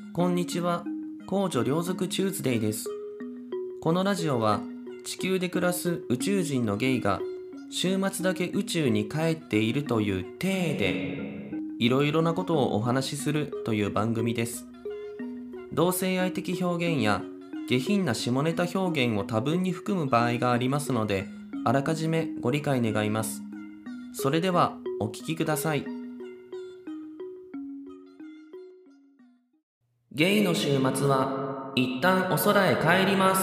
こんにちは。公女両族チューズデイです。このラジオは地球で暮らす宇宙人のゲイが週末だけ宇宙に帰っているという体でいろいろなことをお話しするという番組です。同性愛的表現や下品な下ネタ表現を多分に含む場合がありますので、あらかじめご理解願います。それではお聞きください。ゲイの週末は一旦お空へ帰ります。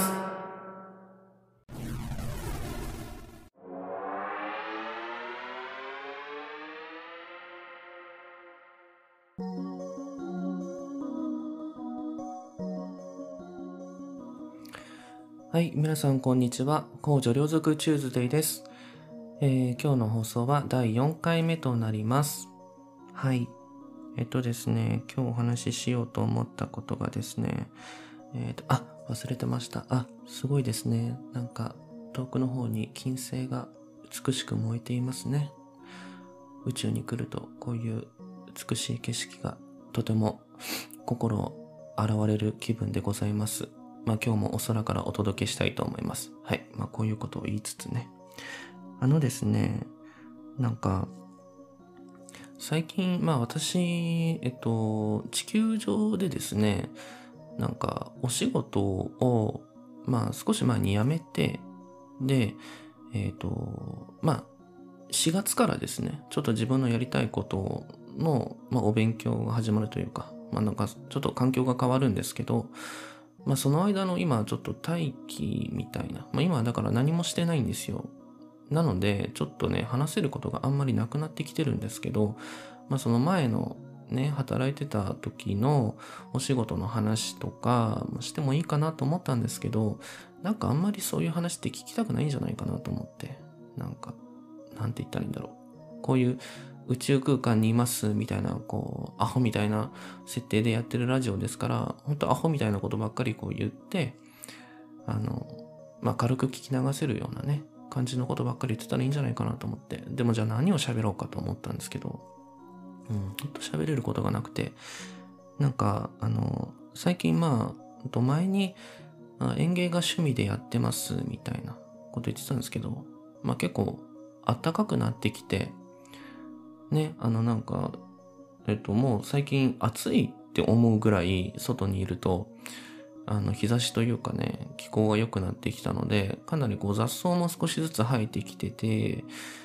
はい、皆さんこんにちは。公女両族チューズデイです。今日の放送は第4回目となります。はい。ですね、今日お話ししようと思ったことがですね、忘れてました。すごいですね。なんか遠くの方に金星が美しく燃えていますね。宇宙に来るとこういう美しい景色がとても心を洗われる気分でございます。今日もお空からお届けしたいと思います。はい。こういうことを言いつつね。ですね、なんか最近私地球上でですね、なんかお仕事を少し前に辞めて、で4月からですね、ちょっと自分のやりたいことのお勉強が始まるというか、なんかちょっと環境が変わるんですけど、その間の今ちょっと待機みたいな、今だから何もしてないんですよ。なのでちょっとね、話せることがあんまりなくなってきてるんですけど、その前のね、働いてた時のお仕事の話とかしてもいいかなと思ったんですけど、なんかあんまりそういう話って聞きたくないんじゃないかなと思って、なんて言ったらいいんだろう。こういう宇宙空間にいますみたいな、こうアホみたいな設定でやってるラジオですから、本当アホみたいなことばっかりこう言って、軽く聞き流せるようなね感じのことばっかり言ってたらいいんじゃないかなと思って、でもじゃあ何を喋ろうかと思ったんですけど、ほんと喋れることがなくて、なんか最近前に園芸が趣味でやってますみたいなこと言ってたんですけど、結構暖かくなってきてね、もう最近暑いって思うぐらい外にいると、日差しというかね、気候が良くなってきたので、かなりこう雑草も少しずつ生えてきてて、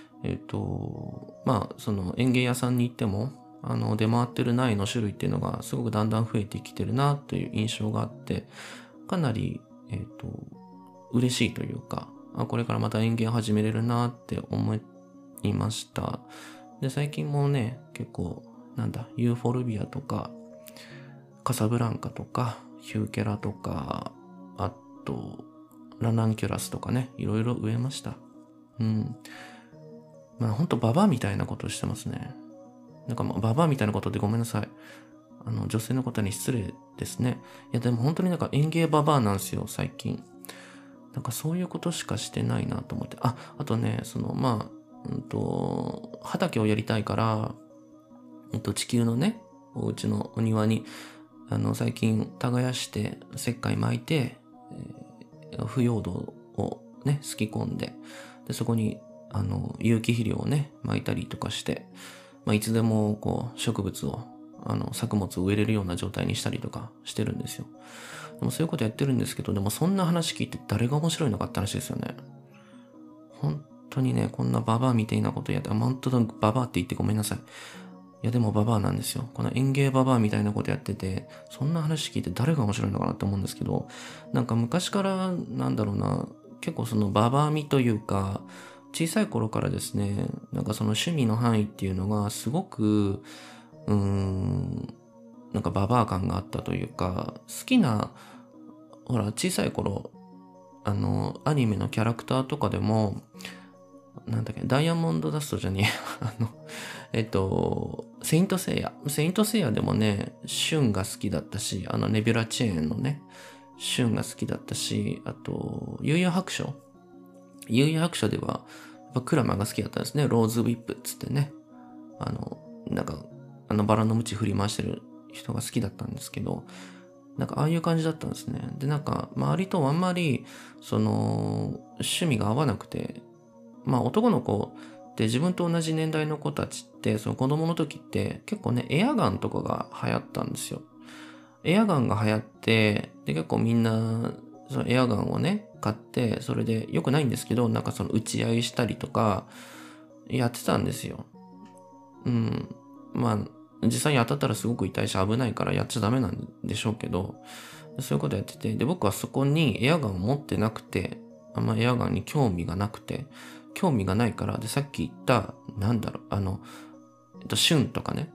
その園芸屋さんに行っても、出回ってる苗の種類っていうのがすごくだんだん増えてきてるなという印象があって、かなり、嬉しいというか、これからまた園芸始めれるなって思いました。で、最近もね、結構、ユーフォルビアとか、カサブランカとか、ヒューケラとか、あと、ラナンキュラスとかね、いろいろ植えました。ほんとババアみたいなことをしてますね。ババアみたいなことでごめんなさい。女性の方に失礼ですね。いや、でも本当に園芸ババアなんですよ、最近。そういうことしかしてないなと思って。あとね、畑をやりたいから、地球のね、お家のお庭に、最近耕して石灰巻いて、腐葉土をね、すき込んで、で、そこに、有機肥料をね、巻いたりとかして、いつでもこう、植物を、作物を植えれるような状態にしたりとかしてるんですよ。でもそういうことやってるんですけど、でもそんな話聞いて誰が面白いのかって話ですよね。本当にね、こんなババアみたいなことやって、本当だ、ババアって言ってごめんなさい。いやでもババアなんですよ。この園芸ババアみたいなことやってて、そんな話聞いて誰が面白いのかなって思うんですけど、昔から結構そのババアみというか、小さい頃からですね、その趣味の範囲っていうのがすごく、ババア感があったというか、好きな、ほら、小さい頃、アニメのキャラクターとかでも、ダイヤモンドダストじゃねえ。セイントセイヤ。セイントセイヤでもね、シュンが好きだったし、ネビュラチェーンのね、シュンが好きだったし、あと、幽遊白書。幽遊白書では、やっぱクラマが好きだったんですね。ローズウィップっつってね。バラの鞭振り回してる人が好きだったんですけど、なんかああいう感じだったんですね。で、なんか周りとあんまり、趣味が合わなくて、男の子って自分と同じ年代の子たちって、その子供の時って結構ね、エアガンとかが流行ったんですよ。エアガンが流行って、で、結構みんな、そのエアガンをね、買って、それで良くないんですけど、なんかその打ち合いしたりとか、やってたんですよ。うん。実際に当たったらすごく痛いし危ないからやっちゃダメなんでしょうけど、そういうことやってて、で、僕はそこにエアガンを持ってなくて、あんまエアガンに興味がなくて、興味がないから、で、さっき言った、シュンとかね、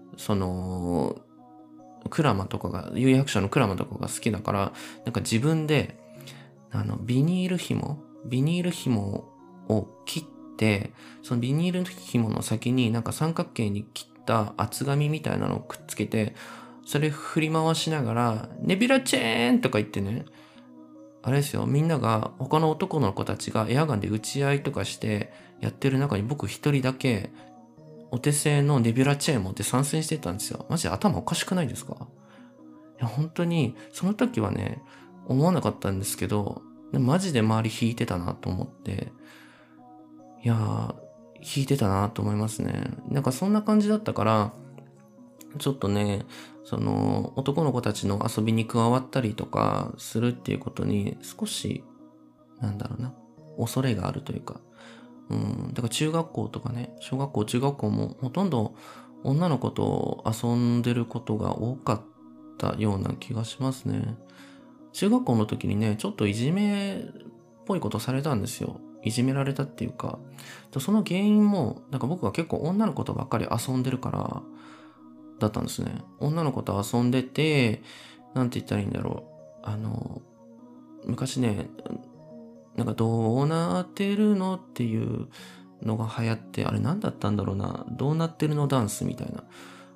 クラマとかが、有役者のクラマとかが好きだから、なんか自分で、ビニール紐を切って、そのビニール紐の先になんか三角形に切った厚紙みたいなのをくっつけて、それ振り回しながら、ネビュラチェーンとか言ってね、あれですよ、みんなが、他の男の子たちがエアガンで撃ち合いとかしてやってる中に僕一人だけ、お手製のネビュラチェーン持って参戦してたんですよ。マジで頭おかしくないですか？いや、本当に、その時はね、思わなかったんですけど、マジで周り引いてたなと思って、いやー、引いてたなと思いますね。なんかそんな感じだったから、ちょっとね、男の子たちの遊びに加わったりとかするっていうことに少し、恐れがあるというか、だから中学校とかね、小学校、中学校もほとんど女の子と遊んでることが多かったような気がしますね。中学校の時にね、ちょっといじめっぽいことされたんですよ。いじめられたっていうか。その原因も、なんか僕は結構女の子とばっかり遊んでるから、だったんですね。女の子と遊んでて、なんて言ったらいいんだろう。昔ね、なんかどうなってるのっていうのが流行って、あれ何だったんだろうな。どうなってるのダンスみたいな。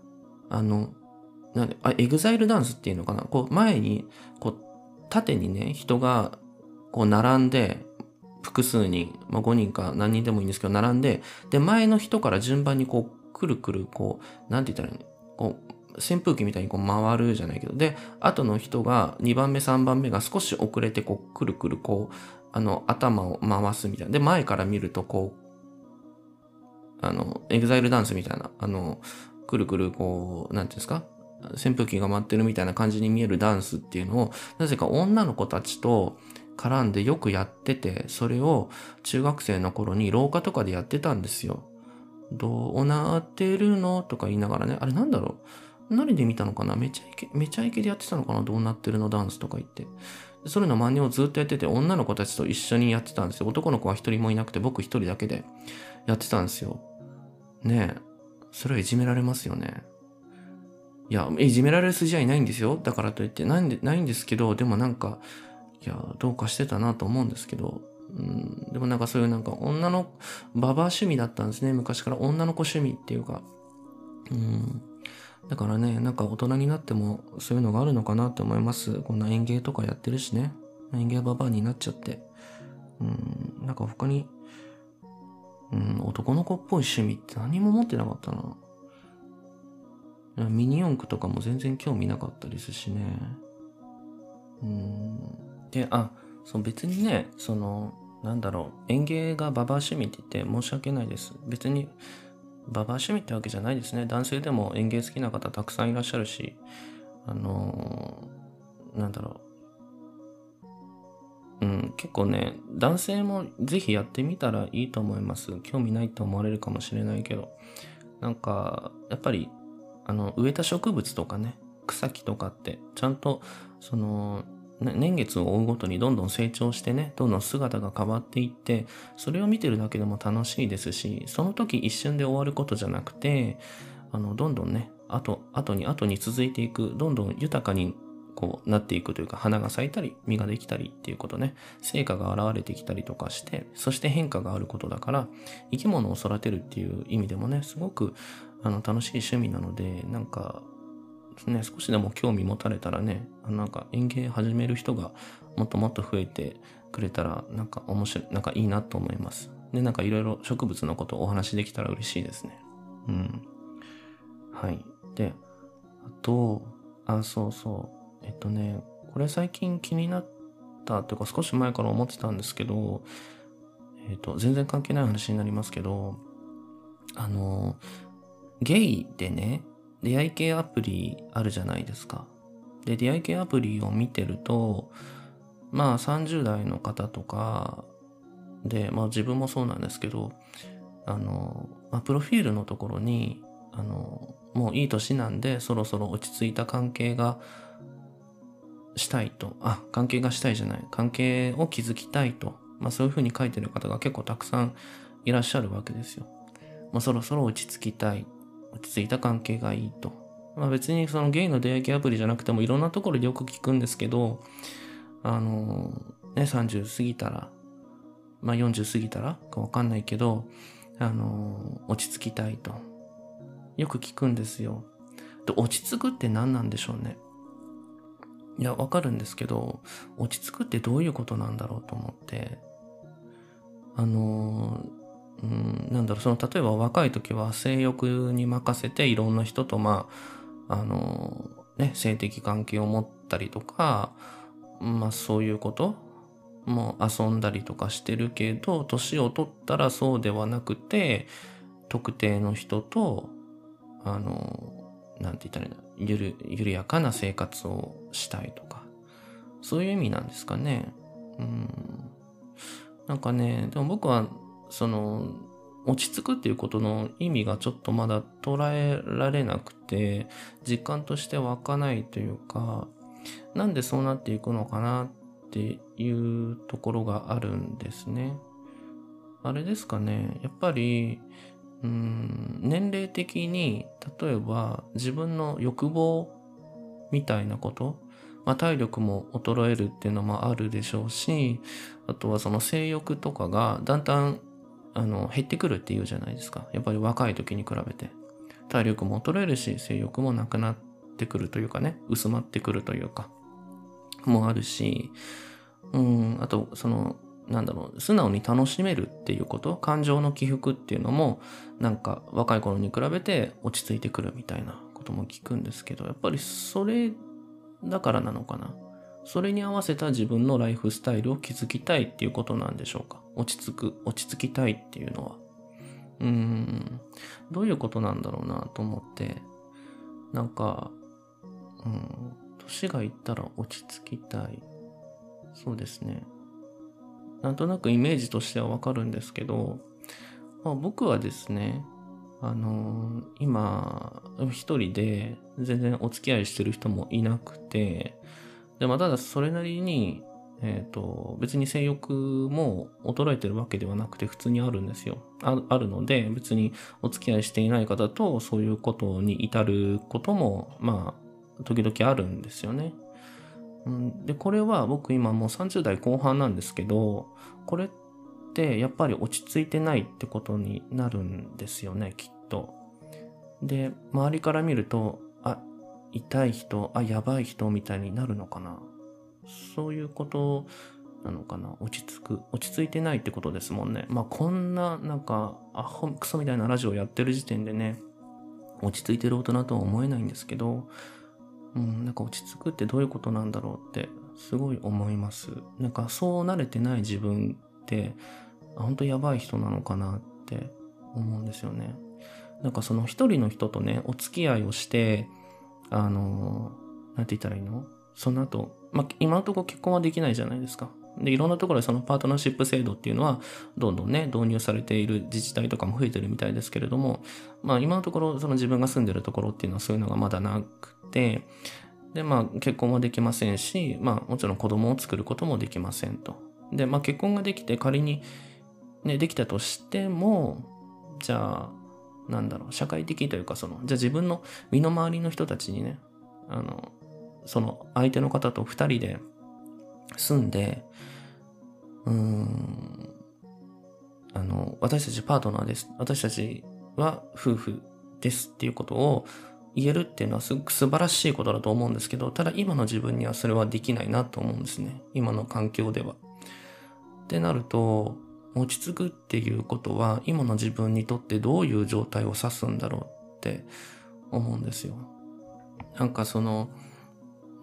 エグザイルダンスっていうのかな。こう前に、こう縦にね、人がこう並んで、複数人、5人か何人でもいいんですけど、並んで、で、前の人から順番にこう、くるくる、こう、なんて言ったらいいの？こう、扇風機みたいにこう回るじゃないけど、で、後の人が2番目、3番目が少し遅れて、こう、くるくる、こう、頭を回すみたいな。で、前から見ると、こう、エグザイルダンスみたいな、くるくる、こう、なんていうんですか？扇風機が回ってるみたいな感じに見えるダンスっていうのを、なぜか女の子たちと絡んでよくやってて、それを中学生の頃に廊下とかでやってたんですよ。どうなってるのとか言いながらね、あれなんだろう、何で見たのかな、めちゃイケでやってたのかな、どうなってるのダンスとか言って。それの真似をずっとやってて、女の子たちと一緒にやってたんですよ。男の子は一人もいなくて、僕一人だけでやってたんですよ。ねえ。それはいじめられますよね。いや、いじめられる筋合いないんですよ。だからといって、ないんですけど、でもなんか、いや、どうかしてたなと思うんですけど、でもなんかそういうなんかババア趣味だったんですね。昔から女の子趣味っていうか。だからね、なんか大人になってもそういうのがあるのかなって思います。こんな園芸とかやってるしね。園芸ババアになっちゃって。なんか他に、男の子っぽい趣味って何も持ってなかったな。ミニ四駆とかも全然興味なかったですしね。で、別にね、園芸がババア趣味って言って申し訳ないです。別に、ババア趣味ってわけじゃないですね。男性でも園芸好きな方たくさんいらっしゃるし、結構ね、男性もぜひやってみたらいいと思います。興味ないと思われるかもしれないけど。なんか、やっぱり、植えた植物とかね、草木とかって、ちゃんと、年月を追うごとにどんどん成長してね、どんどん姿が変わっていって、それを見てるだけでも楽しいですし、その時一瞬で終わることじゃなくて、どんどんね、後に続いていく、どんどん豊かにこうなっていくというか、花が咲いたり、実ができたりっていうことね、成果が現れてきたりとかして、そして変化があることだから、生き物を育てるっていう意味でもね、すごく楽しい趣味なので、なんか、ね、少しでも興味持たれたらね、なんか園芸始める人がもっともっと増えてくれたら、なんか面白い、なんかいいなと思います。で、なんかいろいろ植物のことをお話できたら嬉しいですね。はい。で、あと、 そうそう。これ最近気になったというか少し前から思ってたんですけど、全然関係ない話になりますけど、ゲイでね、出会い系アプリあるじゃないですか。で、出会い系アプリを見てると、まあ30代の方とかで、まあ自分もそうなんですけど、プロフィールのところに、もういい年なんでそろそろ落ち着いた関係がしたいと、関係がしたいじゃない、関係を築きたいと、まあそういう風に書いてる方が結構たくさんいらっしゃるわけですよ。まあそろそろ落ち着きたい、落ち着いた関係がいいと。まあ別にそのゲイの出会い系アプリじゃなくてもいろんなところでよく聞くんですけど、30過ぎたら、まあ40過ぎたらかわかんないけど、落ち着きたいと。よく聞くんですよ。で、落ち着くって何なんでしょうね。いや、わかるんですけど、落ち着くってどういうことなんだろうと思って、例えば若い時は性欲に任せていろんな人と、性的関係を持ったりとか、まあそういうことも遊んだりとかしてるけど、年を取ったらそうではなくて、特定の人と、なんて言ったらいいんだ、緩やかな生活をしたいとか、そういう意味なんですかね。なんかね、でも僕は、落ち着くっていうことの意味がちょっとまだ捉えられなくて、実感として湧かないというか、なんでそうなっていくのかなっていうところがあるんですね。あれですかね、やっぱり、年齢的に、例えば自分の欲望みたいなこと、体力も衰えるっていうのもあるでしょうし、あとはその性欲とかがだんだん減ってくるっていうじゃないですか。やっぱり若い時に比べて体力も衰えるし、性欲もなくなってくるというかね、薄まってくるというかもあるし、あと素直に楽しめるっていうこと、感情の起伏っていうのもなんか若い頃に比べて落ち着いてくるみたいなことも聞くんですけど、やっぱりそれだからなのかな。それに合わせた自分のライフスタイルを築きたいっていうことなんでしょうか。落ち着きたいっていうのは。どういうことなんだろうなと思って、なんか、年がいったら落ち着きたい。そうですね。なんとなくイメージとしてはわかるんですけど、僕はですね、今、一人で全然お付き合いしてる人もいなくて、で、ただそれなりに、別に性欲も衰えてるわけではなくて普通にあるんですよ。あるので、別にお付き合いしていない方とそういうことに至ることも、時々あるんですよね。で、これは僕今もう30代後半なんですけど、これってやっぱり落ち着いてないってことになるんですよね、きっと。で、周りから見ると、痛い人、やばい人みたいになるのかな。そういうことなのかな。落ち着いてないってことですもんね。こんな、クソみたいなラジオやってる時点でね、落ち着いてる大人とは思えないんですけど、落ち着くってどういうことなんだろうってすごい思います。そう慣れてない自分って本当やばい人なのかなって思うんですよね。その一人の人とねお付き合いをしてなんて言ったらいいの？その後、今のところ結婚はできないじゃないですか。で、いろんなところでそのパートナーシップ制度っていうのはどんどんね導入されている自治体とかも増えてるみたいですけれども、今のところその自分が住んでるところっていうのはそういうのがまだなくて、で結婚はできませんし、もちろん子供を作ることもできませんと。で結婚ができて仮にねできたとしても、じゃあ社会的というかじゃあ自分の身の回りの人たちにねその相手の方と2人で住んで私たちパートナーです、私たちは夫婦ですっていうことを言えるっていうのはすごく素晴らしいことだと思うんですけど、ただ今の自分にはそれはできないなと思うんですね、今の環境では。ってなると、落ち着くっていうことは今の自分にとってどういう状態を指すんだろうって思うんですよ。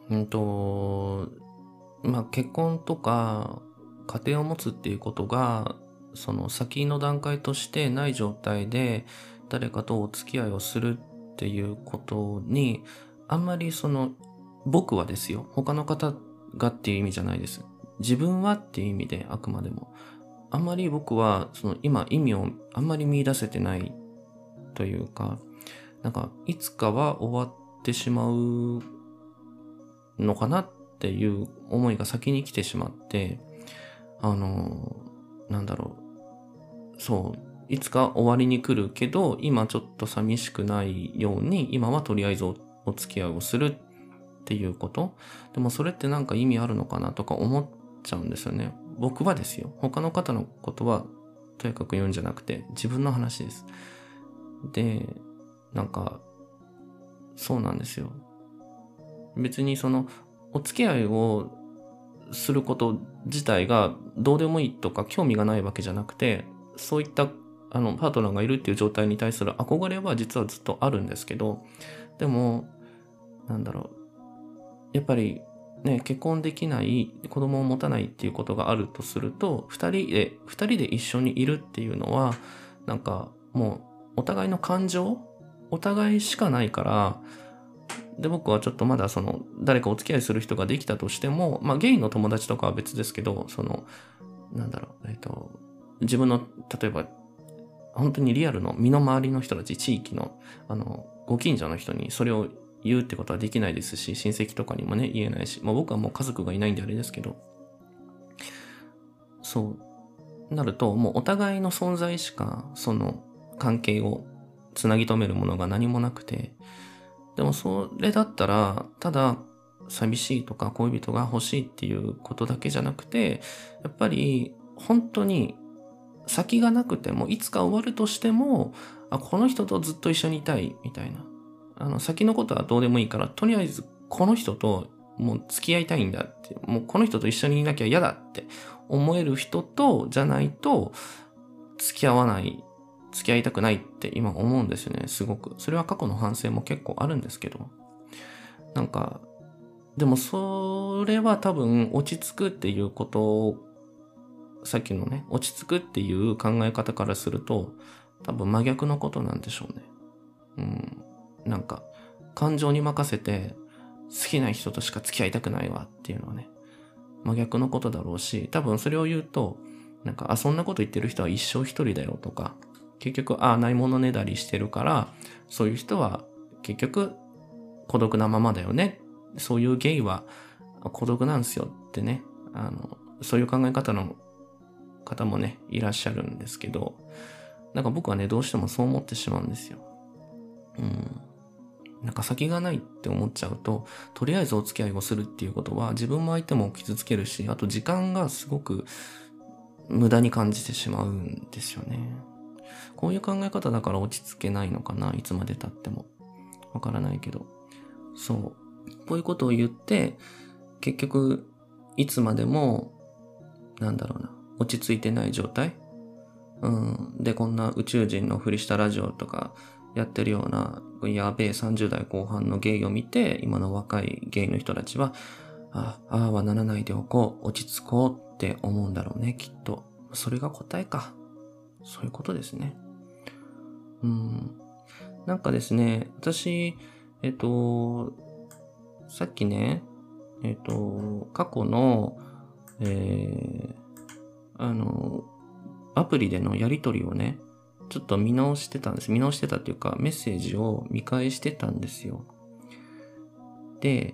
結婚とか家庭を持つっていうことが、その先の段階としてない状態で誰かとお付き合いをするっていうことに、あんまり僕はですよ、他の方がっていう意味じゃないです。自分はっていう意味で、あくまでも。あんまり僕は、今意味をあんまり見出せてないというか、いつかは終わってしまうのかなっていう思いが先に来てしまって、いつか終わりに来るけど、今ちょっと寂しくないように、今はとりあえずお付き合いをするっていうこと。でもそれって意味あるのかなとか思っちゃうんですよね。僕はですよ。他の方のことはとにかく言うんじゃなくて、自分の話です。で、そうなんですよ。別にお付き合いをすること自体がどうでもいいとか興味がないわけじゃなくて、そういったパートナーがいるっていう状態に対する憧れは実はずっとあるんですけど、でもやっぱりね、結婚できない、子供を持たないっていうことがあるとすると、二人で一緒にいるっていうのは、もうお互いの感情、お互いしかないから、で、僕はちょっとまだ誰かお付き合いする人ができたとしても、ゲイの友達とかは別ですけど、自分の、例えば、本当にリアルの身の回りの人たち、地域の、ご近所の人にそれを言うってことはできないですし、親戚とかにもね、言えないし、僕はもう家族がいないんであれですけど、そうなると、もうお互いの存在しか、関係をつなぎ止めるものが何もなくて、でもそれだったら、ただ寂しいとか恋人が欲しいっていうことだけじゃなくて、やっぱり本当に先がなくても、いつか終わるとしても、この人とずっと一緒にいたいみたいな。先のことはどうでもいいから、とりあえずこの人ともう付き合いたいんだって、もうこの人と一緒にいなきゃ嫌だって思える人とじゃないと付き合いたくないって今思うんですよね、すごく。それは過去の反省も結構あるんですけど。でもそれは多分落ち着くっていうことを、さっきのね、落ち着くっていう考え方からすると、多分真逆のことなんでしょうね。感情に任せて、好きな人としか付き合いたくないわっていうのはね、真逆のことだろうし、多分それを言うと、そんなこと言ってる人は一生一人だよとか、結局、ないものねだりしてるから、そういう人は結局孤独なままだよね。そういうゲイは孤独なんですよってね、そういう考え方の方もね、いらっしゃるんですけど、僕はね、どうしてもそう思ってしまうんですよ。先がないって思っちゃうと、とりあえずお付き合いをするっていうことは自分も相手も傷つけるし、あと時間がすごく無駄に感じてしまうんですよね。こういう考え方だから落ち着けないのかな、いつまで経っても。わからないけど。そう。こういうことを言って、結局、いつまでも、落ち着いてない状態。で、こんな宇宙人のふりしたラジオとかやってるような、やべえ30代後半のゲイを見て、今の若いゲイの人たちは、ああはならないでおこう、落ち着こうって思うんだろうね、きっと。それが答えか。そういうことですね。ですね、私、さっきね、過去の、アプリでのやりとりをね、ちょっと見直してたんです。見直してたっていうか、メッセージを見返してたんですよ。で、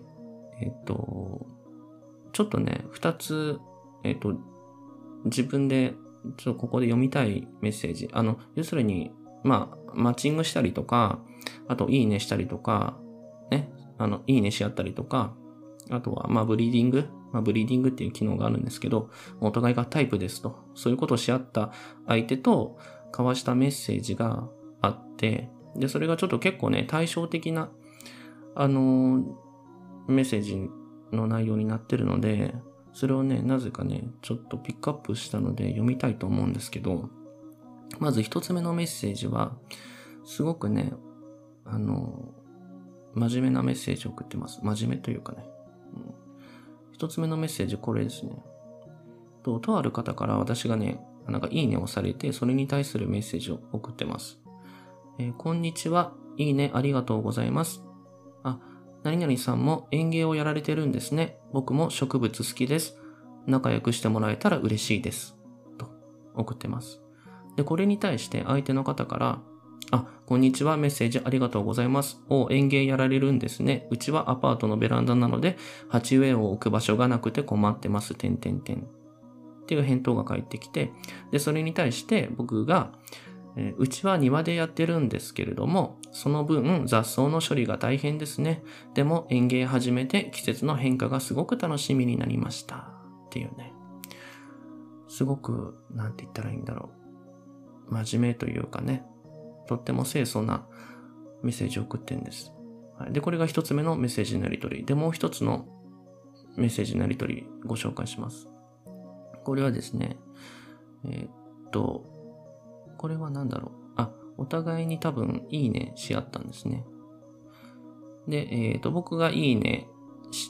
ちょっとね、二つ、自分で、ちょっとここで読みたいメッセージ。要するに、マッチングしたりとか、あと、いいねしたりとか、ね、いいねし合ったりとか、あとは、ブリーディング。ブリーディングっていう機能があるんですけど、お互いがタイプですと。そういうことをし合った相手と交わしたメッセージがあって、で、それがちょっと結構ね、対照的な、メッセージの内容になってるので、それをね、なぜかね、ちょっとピックアップしたので読みたいと思うんですけど、まず一つ目のメッセージは、すごくね、真面目なメッセージを送ってます。真面目というかね、 一つ目のメッセージこれですね。とある方から私がね、いいねをされて、それに対するメッセージを送ってます。こんにちは。いいねありがとうございます。何々さんも園芸をやられてるんですね。僕も植物好きです。仲良くしてもらえたら嬉しいです。と送ってます。で、これに対して相手の方から、こんにちは、メッセージありがとうございます。園芸やられるんですね。うちはアパートのベランダなので、鉢植えを置く場所がなくて困ってます。っていう返答が返ってきて、で、それに対して僕が、うちは庭でやってるんですけれども、その分雑草の処理が大変ですね。でも園芸始めて季節の変化がすごく楽しみになりました。っていうね。すごく、なんて言ったらいいんだろう。真面目というかね、とっても清楚なメッセージを送ってるんです。で、これが一つ目のメッセージのやり取り。で、もう一つのメッセージのやり取りご紹介します。これはですね、これは何だろう。お互いに多分いいねし合ったんですね。で、僕がいいねして、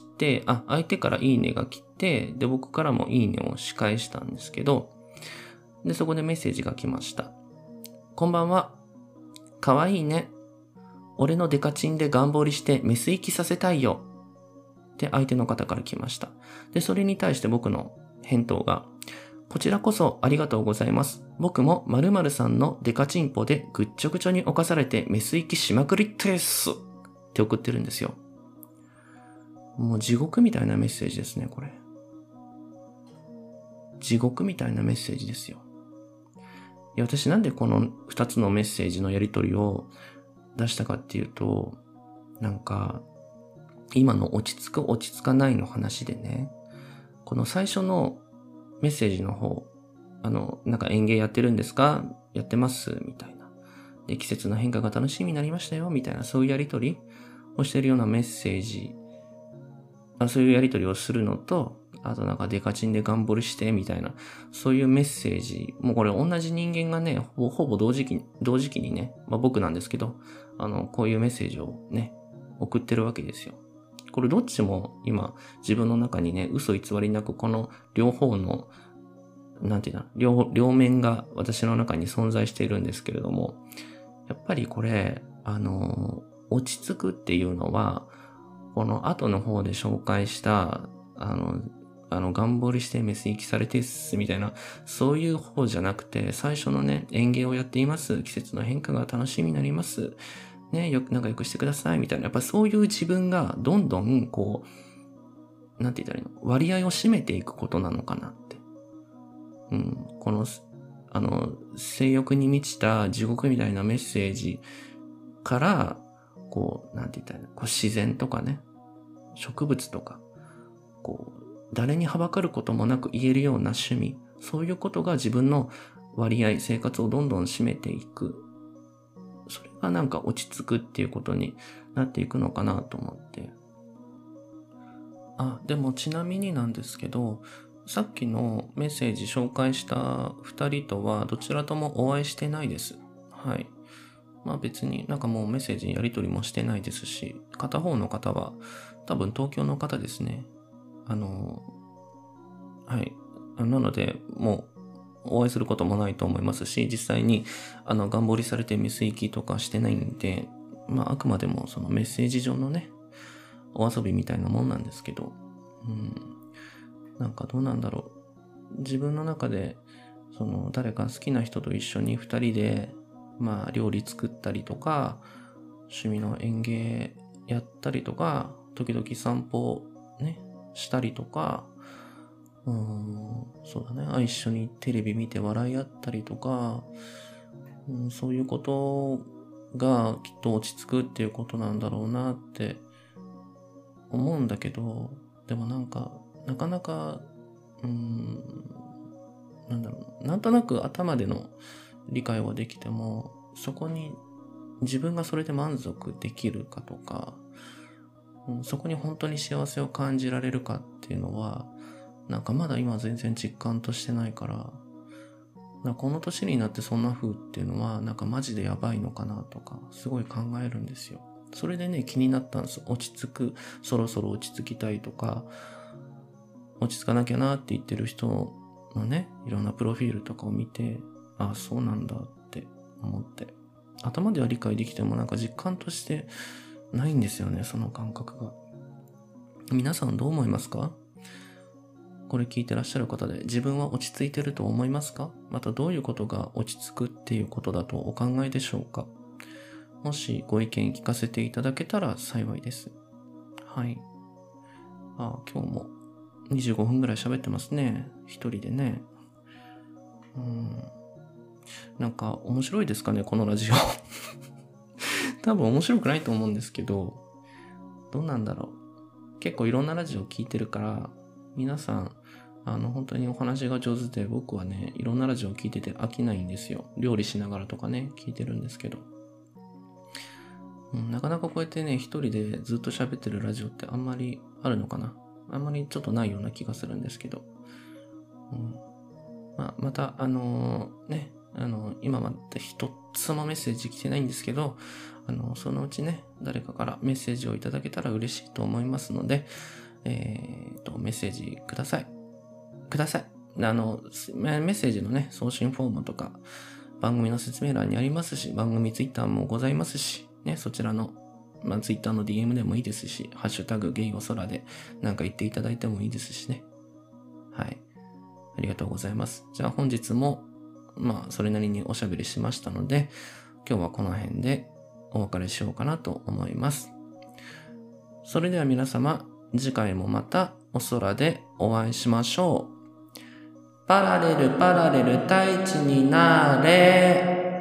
相手からいいねが来て、で、僕からもいいねを仕返したんですけど、で、そこでメッセージが来ました。こんばんは。かわいいね。俺のデカチンでガンボリしてメス行きさせたいよ。って相手の方から来ました。で、それに対して僕の返答が、こちらこそありがとうございます。僕も〇〇さんのデカチンポでぐっちょぐちょに侵されてメス行きしまくりですって送ってるんですよ。もう地獄みたいなメッセージですね、これ。地獄みたいなメッセージですよ。いや、私なんでこの2つのメッセージのやり取りを出したかっていうと、今の落ち着く落ち着かないの話でね、この最初のメッセージの方、園芸やってるんですか？やってますみたいな。で、季節の変化が楽しみになりましたよみたいな、そういうやりとりをしてるようなメッセージ、そういうやりとりをするのと、あとデカチンで頑張りしてみたいな、そういうメッセージ、もうこれ同じ人間がね、ほぼ同時期にね、僕なんですけど、こういうメッセージをね、送ってるわけですよ。これどっちも今自分の中にね、嘘偽りなくこの両方の両面が私の中に存在しているんですけれども、やっぱりこれ落ち着くっていうのはこの後の方で紹介した頑張りしてメス行きされてっすみたいな、そういう方じゃなくて、最初のね、園芸をやっています、季節の変化が楽しみになりますね、仲良くしてくださいみたいな、やっぱそういう自分がどんどんなんて言ったらいいの、割合を占めていくことなのかなって。この性欲に満ちた地獄みたいなメッセージからなんて言ったらいいの、自然とかね、植物とか誰にはばかることもなく言えるような趣味、そういうことが自分の割合、生活をどんどん占めていく。それが落ち着くっていうことになっていくのかなと思って。でもちなみになんですけど、さっきのメッセージ紹介した2人とはどちらともお会いしてないです。はい。別にもうメッセージやり取りもしてないですし、片方の方は多分東京の方ですね。はい。なので、もうお会いすることもないと思いますし、実際に頑張りされてメス行きとかしてないんで、あくまでもそのメッセージ上のね、お遊びみたいなもんなんですけど、どうなんだろう。自分の中で誰か好きな人と一緒に2人で料理作ったりとか、趣味の園芸やったりとか、時々散歩ねしたりとか、そうだね、一緒にテレビ見て笑い合ったりとか、そういうことがきっと落ち着くっていうことなんだろうなって思うんだけど、でもなかなかなんとなく頭での理解はできても、そこに自分がそれで満足できるかとか、そこに本当に幸せを感じられるかっていうのはまだ今全然実感としてないから、この年になってそんな風っていうのはマジでやばいのかなとかすごい考えるんですよ。 それでね、気になったんです。そろそろ落ち着きたいとか、落ち着かなきゃなって言ってる人のね、いろんなプロフィールとかを見て、ああ、そうなんだって思って。頭では理解できても実感としてないんですよね、その感覚が。皆さんどう思いますか？これ聞いてらっしゃる方で自分は落ち着いてると思いますか？またどういうことが落ち着くっていうことだとお考えでしょうか？もしご意見聞かせていただけたら幸いです。はい。今日も25分ぐらい喋ってますね。一人でね。面白いですかね、このラジオ。多分面白くないと思うんですけど、どうなんだろう。結構いろんなラジオ聞いてるから、皆さん、本当にお話が上手で、僕はね、いろんなラジオ聞いてて飽きないんですよ。料理しながらとかね、聞いてるんですけど。なかなかこうやってね、一人でずっと喋ってるラジオってあんまりあるのかな。あんまりちょっとないような気がするんですけど。また、今まで一つもメッセージ来てないんですけど、そのうちね、誰かからメッセージをいただけたら嬉しいと思いますので、メッセージください。メッセージのね、送信フォームとか、番組の説明欄にありますし、番組ツイッターもございますし、ね、そちらの、ツイッターの DM でもいいですし、ハッシュタグゲイお空でなんか言っていただいてもいいですしね。はい。ありがとうございます。じゃあ本日も、それなりにおしゃべりしましたので、今日はこの辺でお別れしようかなと思います。それでは皆様、次回もまたお空でお会いしましょう。パラレルパラレル大地になれ。